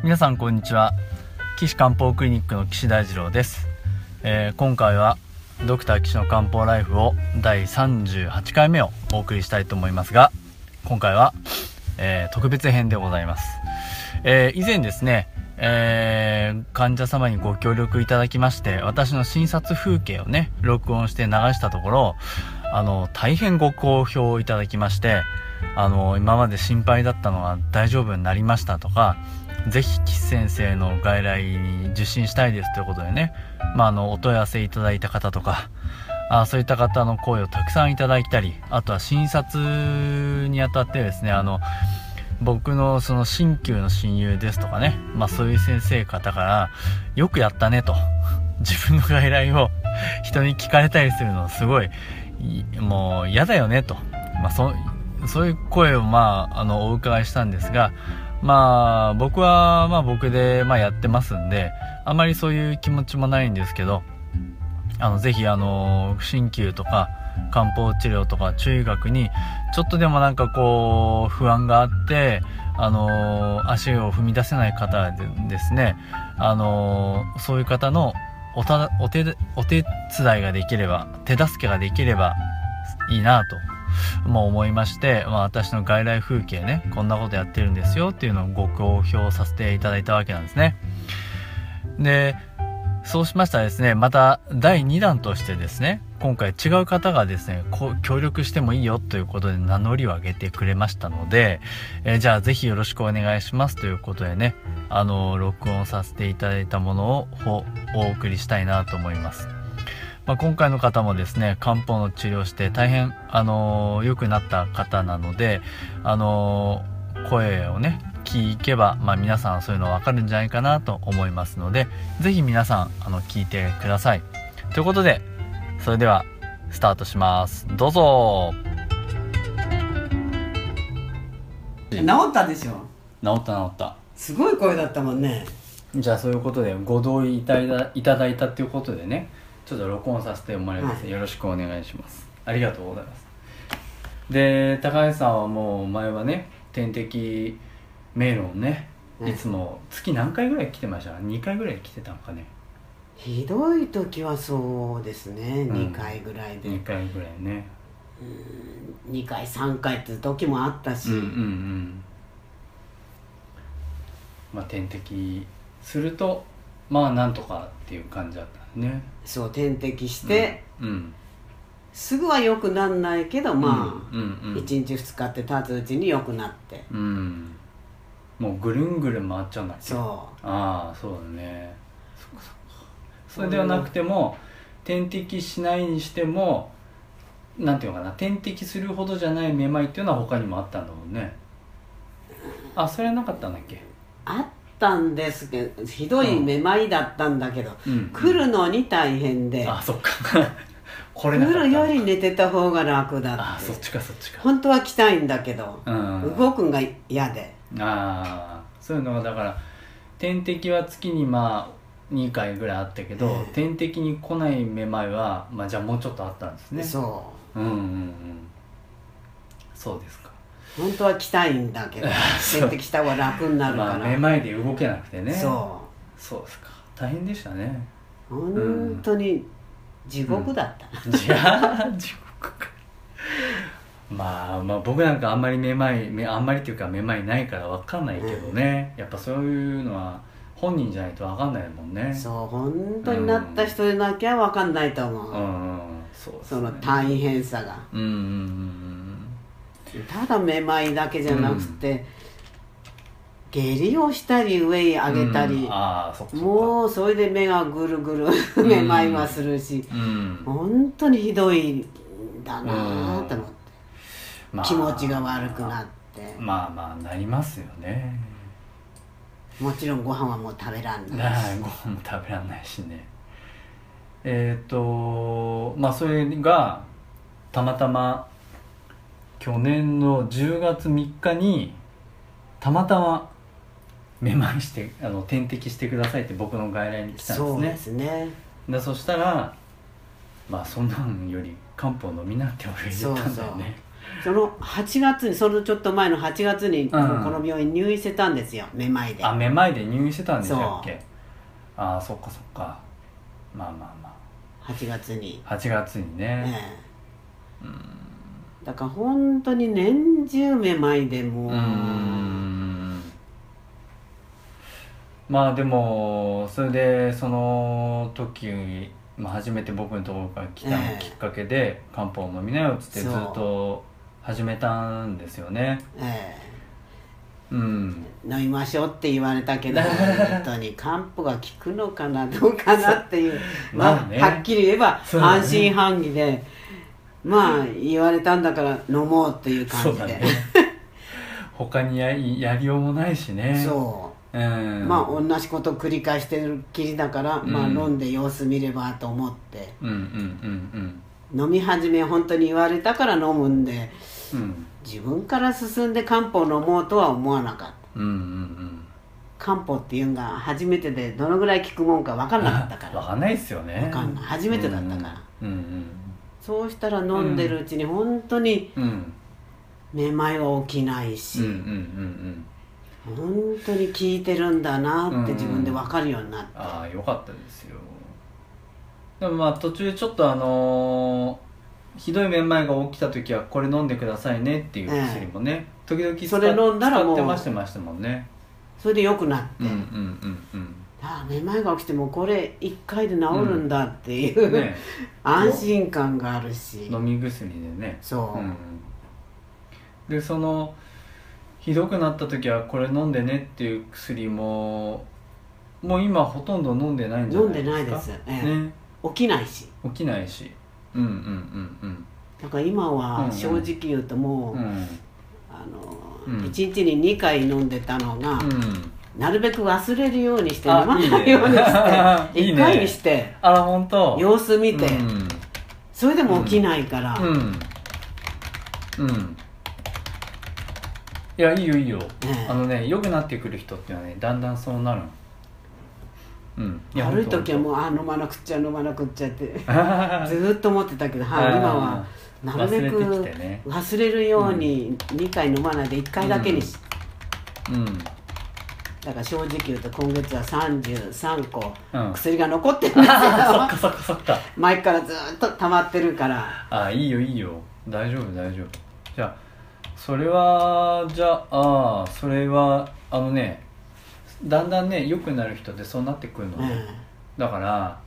皆さんこんにちは。岸漢方クリニックの岸大二郎です。今回はドクター岸の漢方ライフを第38回目をお送りしたいと思いますが、今回は、特別編でございます。以前ですね、患者様にご協力いただきまして、私の診察風景をね録音して流したところ、大変ご好評いただきまして、今まで心配だったのが大丈夫になりましたとか、ぜひ岸先生の外来に受診したいですということでね、お問い合わせいただいた方とか、そういった方の声をたくさんいただいたり、あとは診察にあたってですね、僕のその鍼灸の親友ですとかね、そういう先生方からよくやったねと、自分の外来を人に聞かれたりするのすごいもう嫌だよねと、そういう声をお伺いしたんですが、僕は僕でやってますんで、あまりそういう気持ちもないんですけど、ぜひ鍼灸とか漢方治療とか中医学にちょっとでも不安があって、足を踏み出せない方でですね、そういう方のお手伝いができれば、手助けができればいいなと思いまして、私の外来風景ね、こんなことやってるんですよっていうのをご公表させていただいたわけなんですね。で、そうしましたらですね、また第2弾としてですね、今回違う方がですね協力してもいいよということで名乗りを上げてくれましたので、じゃあぜひよろしくお願いしますということでね、録音させていただいたものをお送りしたいなと思います。今回の方もですね、漢方の治療して大変良くなった方なので、声をね聞けば、皆さんそういうの分かるんじゃないかなと思いますので、ぜひ皆さん聞いてくださいということで、それではスタートします。どうぞ。 治ったでしょ。 治った。 すごい声だったもんね。 じゃあそういうことでご同意いただいたっていうことでね、ちょっと録音させてもらいます、よろしくお願いします。ありがとうございます。で、高橋さんはもう前はね、点滴メールをね、いつも月何回ぐらい来てましたか？ 2 回ぐらい来てたのかね。 ひどい時はそうですね、2回ぐらいで。 2回ぐらいね。 2回3回って時もあったし、 点滴するとなんとかっていう感じだったね。 そう、点滴して、すぐは良くなんないけど、1日2日って経つうちに良くなって、 もうぐるんぐるん回っちゃうんだっけ。 そうそうだね。それではなくても、点滴しないにしても、なんていうのかな、点滴するほどじゃないめまいっていうのは他にもあったんだもんね。それはなかったんだっけ。 あったんですけど、ひどいめまいだったんだけど、来るのに大変で、 そっか来るより寝てた方が楽だって。 そっちか。 本当は来たいんだけど、動くんが嫌で。 そういうのが、だから点滴は月に2回ぐらいあったけど、点滴に来ないめまいはじゃあもうちょっとあったんですね。そうですか。 本当は来たいんだけど点滴した方が楽になるから、 めまいで動けなくてね。 そうですか。大変でしたね。 本当に地獄だった、 地獄か。僕なんかあんまりめまいっていうかめまいないから分かんないけどね、やっぱそういうのは本人じゃないと分かんないもんね。 そう、本当になった人でなきゃ分かんないと思う。その大変さが。ただめまいだけじゃなくて、下痢をしたり上に上げたり、もうそれで目がぐるぐるめまいはするし、本当にひどいんだなと思って、気持ちが悪くなって。 なりますよね。 もちろんご飯はもう食べらんないし、 ご飯も食べらんないしね。それがたまたま去年の10月3日にたまたまめまいして点滴してくださいって僕の外来に来たんですね。 そうですね。 そしたらそんなんより漢方飲みなって俺言ったんだよね。 その8月にそのちょっと前の8月にこの病院入院してたんですよ、めまいで。 あ、めまいで入院してたんでしたっけ。ああ、そっかそっか。まあまあまあ、 8月にね、 だから本当に年中めまいでもう、 まあでもそれでその時、初めて僕のところから来たのきっかけで、漢方飲みなよっつってずっと始めたんですよね。 飲みましょうって言われたけど本当に漢方が効くのかなどうかなっていうはっきり言えば半信半疑で、言われたんだから飲もうっていう感じで、 他にやりようもないしね。 同じことを繰り返してるきりだから、飲んで様子見ればと思って、飲み始め本当に言われたから飲むんで、自分から進んで漢方飲もうとは思わなかった。漢方っていうのが初めてでどのぐらい効くもんか分かんなかったから。 分かんないですよね。 分かんない、初めてだったから。そうしたら飲んでるうちに本当にめまいは起きないし、本当に効いてるんだなって自分で分かるようになって、 ああ、よかったですよ。でも途中ちょっとひどいめまいが起きた時はこれ飲んでくださいねっていう薬もね、時々 それ飲んだらもう使ってましたもんね。 それで良くなって、めまいが起きてもこれ1回で治るんだっていう、安心感があるし、 飲み薬でね。 そう、 でそのひどくなった時はこれ飲んでねっていう薬もう今ほとんど飲んでないんじゃないですか。飲んでないです、 起きないしだから今は正直言うともう、1日に2回飲んでたのが、なるべく忘れるようにして飲まないようにして1回にして様子見て、それでも起きないから、 いや、いいよいいよ、良くなってくる人っていうのはね、だんだんそうなる。 悪い時はもう飲まなくっちゃってずーっと思ってたけど、今はなるべく忘れるように2回飲まないで1回だけにし、だから正直言うと今月は33個薬が残ってるんですよ。 そっか前からずっと溜まってるから。 いいよいいよ、大丈夫。じゃあそれはだんだんね良くなる人ってそうなってくるのね、だから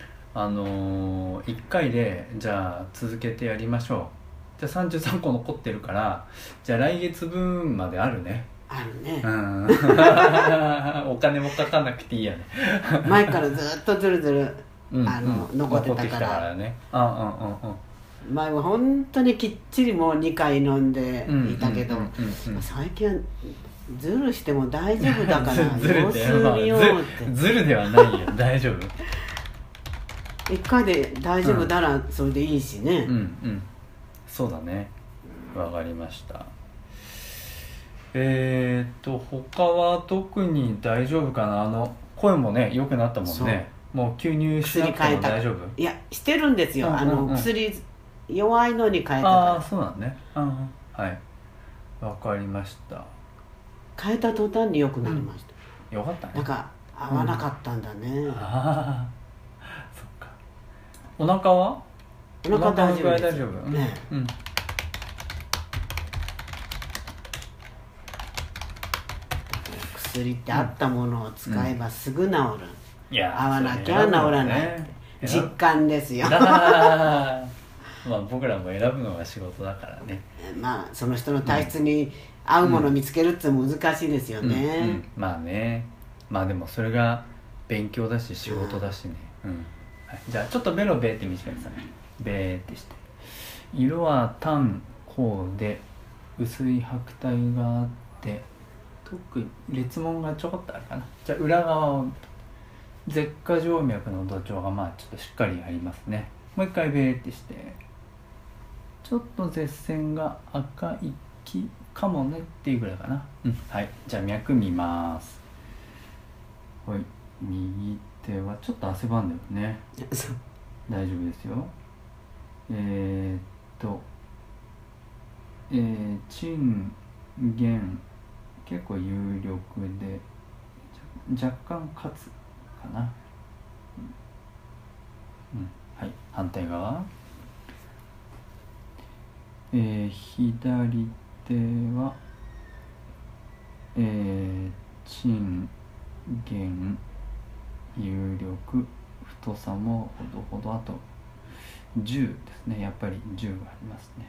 1回でじゃあ続けてやりましょう。じゃあ33個残ってるから、じゃあ来月分まであるね。 あるね。 お金もかかんなくていいやね。 前からずっとずるずる残ってたからね。 前は本当にきっちりもう2回飲んでいたけど、最近はズルしても大丈夫だから様子見ようって。 ズルではないよ、大丈夫。 1回で大丈夫ならそれでいいしね。 そうだね、わかりました。他は特に大丈夫かな。声もね良くなったもんね。もう吸入しなくても大丈夫？ いや、してるんですよ。薬弱いのに変えたから。 そうなんね。はい、わかりました。 変えた途端に良くなりました。 よかったね。 なんか合わなかったんだね。 そっか。お腹は？ お腹大丈夫です。薬ってあったものを使えばすぐ治る。合わなきゃ治らない。実感ですよ。 僕らも選ぶのが仕事だからね。 その人の体質に合うものを見つけるって難しいですよね。 でもそれが勉強だし仕事だしね。じゃあちょっとベロベーって見せてください。ベーってして。色は淡黄で薄い白帯があって、特に裂紋がちょこっとあるかな。じゃあ裏側を、舌下静脈の土壌がちょっとしっかりありますね。もう一回ベーってして、ちょっと舌線が赤い木かもねっていうぐらいかな。はい、じゃあ脈見ます。はい、右手はちょっと汗ばんでるね。大丈夫ですよ。 賃元結構有力で若干勝つかな。はい、反対側、左手は、賃元有力、太さもほどほど、あと10ですね。やっぱり10がありますね。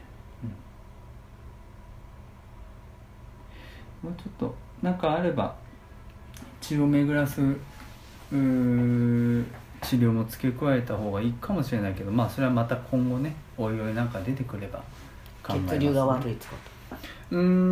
もうちょっとなんかあれば血を巡らす治療も付け加えた方がいいかもしれないけど、まあそれはまた今後ね、おいおいなんか出てくれば考えます、ね、 血流が悪いってこと？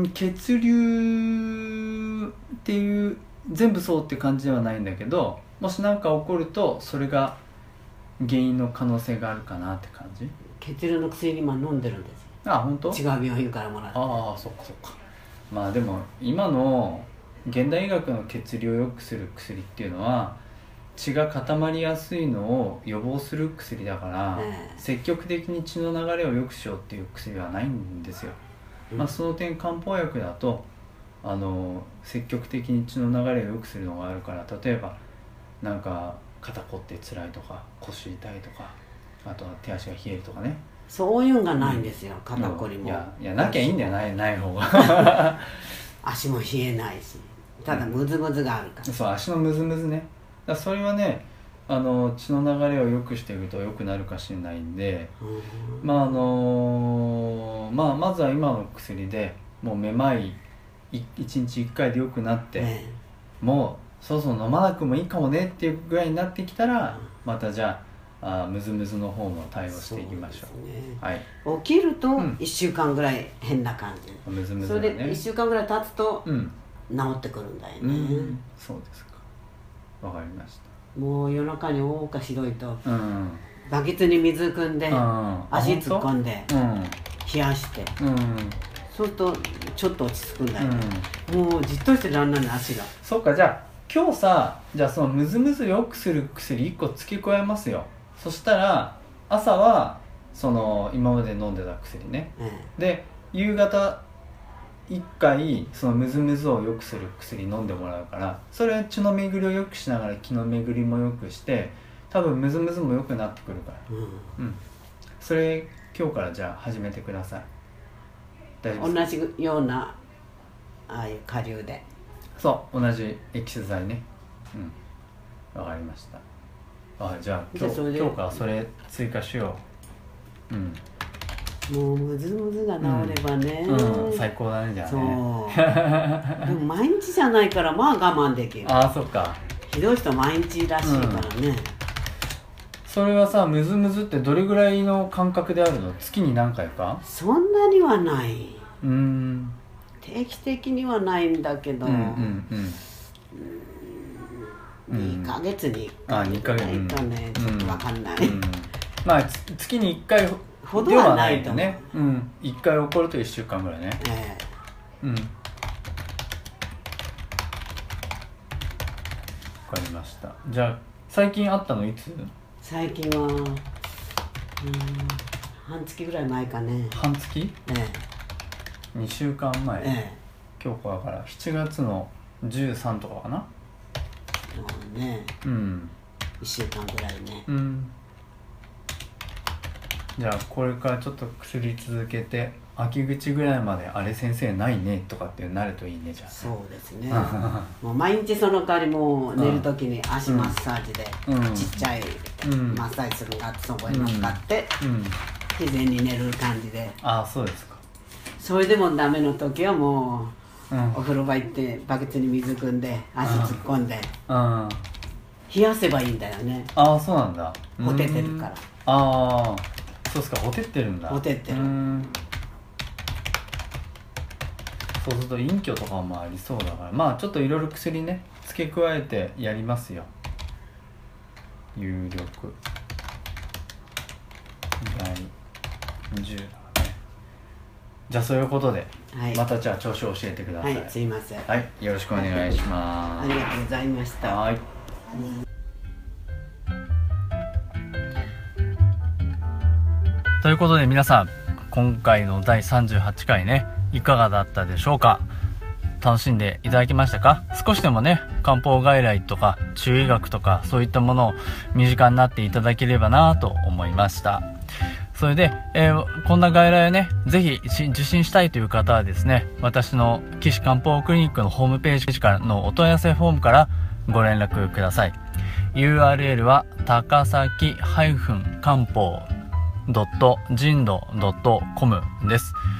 血流っていう全部そうって感じではないんだけど、もし何か起こるとそれが原因の可能性があるかなって感じ。 血流の薬今飲んでるんですよ。 あ、本当？ 違う病院からもらって。 ああ、そっかそっか。まあでも今の現代医学の血流を良くする薬っていうのは血が固まりやすいのを予防する薬だから、積極的に血の流れを良くしようっていう薬はないんですよ。まあ、その点漢方薬だと積極的に血の流れを良くするのがあるから、例えばなんか肩凝って辛いとか腰痛いとか、あとは手足が冷えるとかね、 そういうのがないんですよ、肩こりも。 いやなきゃいいんだよ、ない方が足も冷えないし、ただムズムズがあるから、 そう、足のムズムズね。だそれはね、血の流れを良くしていくと良くなるかしれないんで、まあまずは今の薬でもうめまい1日1回で良くなって、もうそろそろ飲まなくもいいかもねっていうぐらいになってきたら、またじゃあムズムズの方も対応していきましょう。 ね、 はい、 起きると1週間ぐらい変な感じ、 ムズムズだね。 それで1週間ぐらい経つと治ってくるんだよね。 そうですか、わかりました。 もう夜中に大かひどいと、バケツに水汲んで、足突っ込んで、冷やして、そうするとちょっと落ち着くんだよね。もうじっとしてらんないの、足が。 そうか、じゃあ今日さ、じゃあそのムズムズ良くする薬1個付け加えますよ。そしたら朝はその今まで飲んでた薬ね、で夕方1回そのムズムズを良くする薬飲んでもらうから、それは血の巡りを良くしながら気の巡りも良くして、多分ムズムズも良くなってくるから、それ今日からじゃあ始めてください。大丈夫ですか？ 同じようなああいう顆粒で。 そう、同じエキス剤ね。わかりました。じゃあ今日からそれ追加しよう。もうムズムズが治ればね、 最高だね、じゃあね。 そうでも毎日じゃないからまあ我慢できる。 ああ、そっか。 ひどい人毎日らしいからね。 それはさ、ムズムズってどれぐらいの間隔であるの？月に何回か？ そんなにはない。定期的にはないんだけど、2ヶ月に1回ないとね、ちょっと分かんない。 まあ月に1回ほどはないとね。1回起こると1週間ぐらいね。わかりました。じゃあ最近会ったのいつ？ 最近は半月ぐらい前かね。 半月？2週間前、今日だから7月の13とかかな。 そうね、1週間ぐらいね。 じゃあこれからちょっと薬続けて秋口ぐらいまであれ先生ないねとかってなるといいね。じゃあそうですねもう毎日その代わりもう寝る時に足マッサージでちっちゃいマッサージするのがあって、そこに乗っかって自然に寝る感じで。 ああ、そうですか。 それでもダメの時はもうお風呂場行ってバケツに水汲んで足突っ込んで冷やせばいいんだよね。 ああ、そうなんだ。 ほててるから。 ああ、そうですか。ほてってるんだ。 ほてってる。 そうすると陰虚とかもありそうだから、まあちょっといろいろ薬ね付け加えてやりますよ。有力第10だね。じゃあそういうことで、またじゃあ調子を教えてください。 すいません。 よろしくお願いします。 ありがとうございました。 ということで皆さん、 今回の第38回ね、いかがだったでしょうか。楽しんでいただけましたか。少しでもね、漢方外来とか中医学とかそういったものを身近になっていただければなと思いました。それで、こんな外来をね、ぜひ受診したいという方はですね、私の岸漢方クリニックのホームページからのお問い合わせフォームからご連絡ください。URL は高崎漢方人道.com です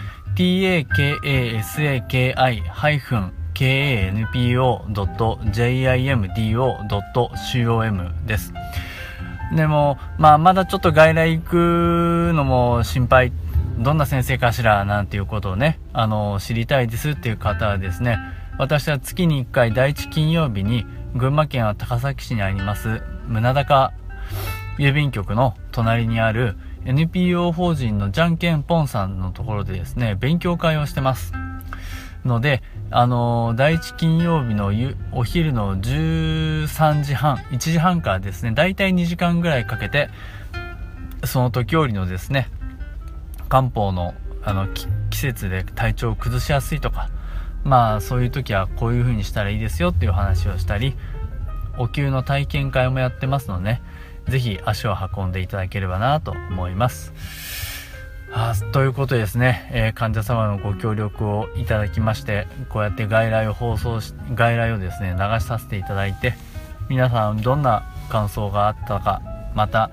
。takasaki-kanpo.jimdo.com です。でも、まだちょっと外来行くのも心配、どんな先生かしらなんていうことをね、知りたいですっていう方はですね、私は月に1回第1金曜日に群馬県は高崎市にあります宗高郵便局の隣にある NPO 法人のじゃんけんぽんさんのところでですね、勉強会をしてますので、第1金曜日のお昼の13時半1時半からですね、だいたい2時間ぐらいかけて、その時折のですね、漢方の季節で体調を崩しやすいとか、そういう時はこういう風にしたらいいですよっていう話をしたり、お灸の体験会もやってますので、ぜひ足を運んでいただければなと思います。ということでですね、患者様のご協力をいただきまして、こうやって外来をですね、流しさせていただいて、皆さんどんな感想があったか、また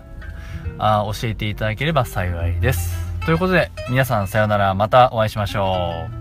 教えていただければ幸いです。ということで、皆さんさようなら、またお会いしましょう。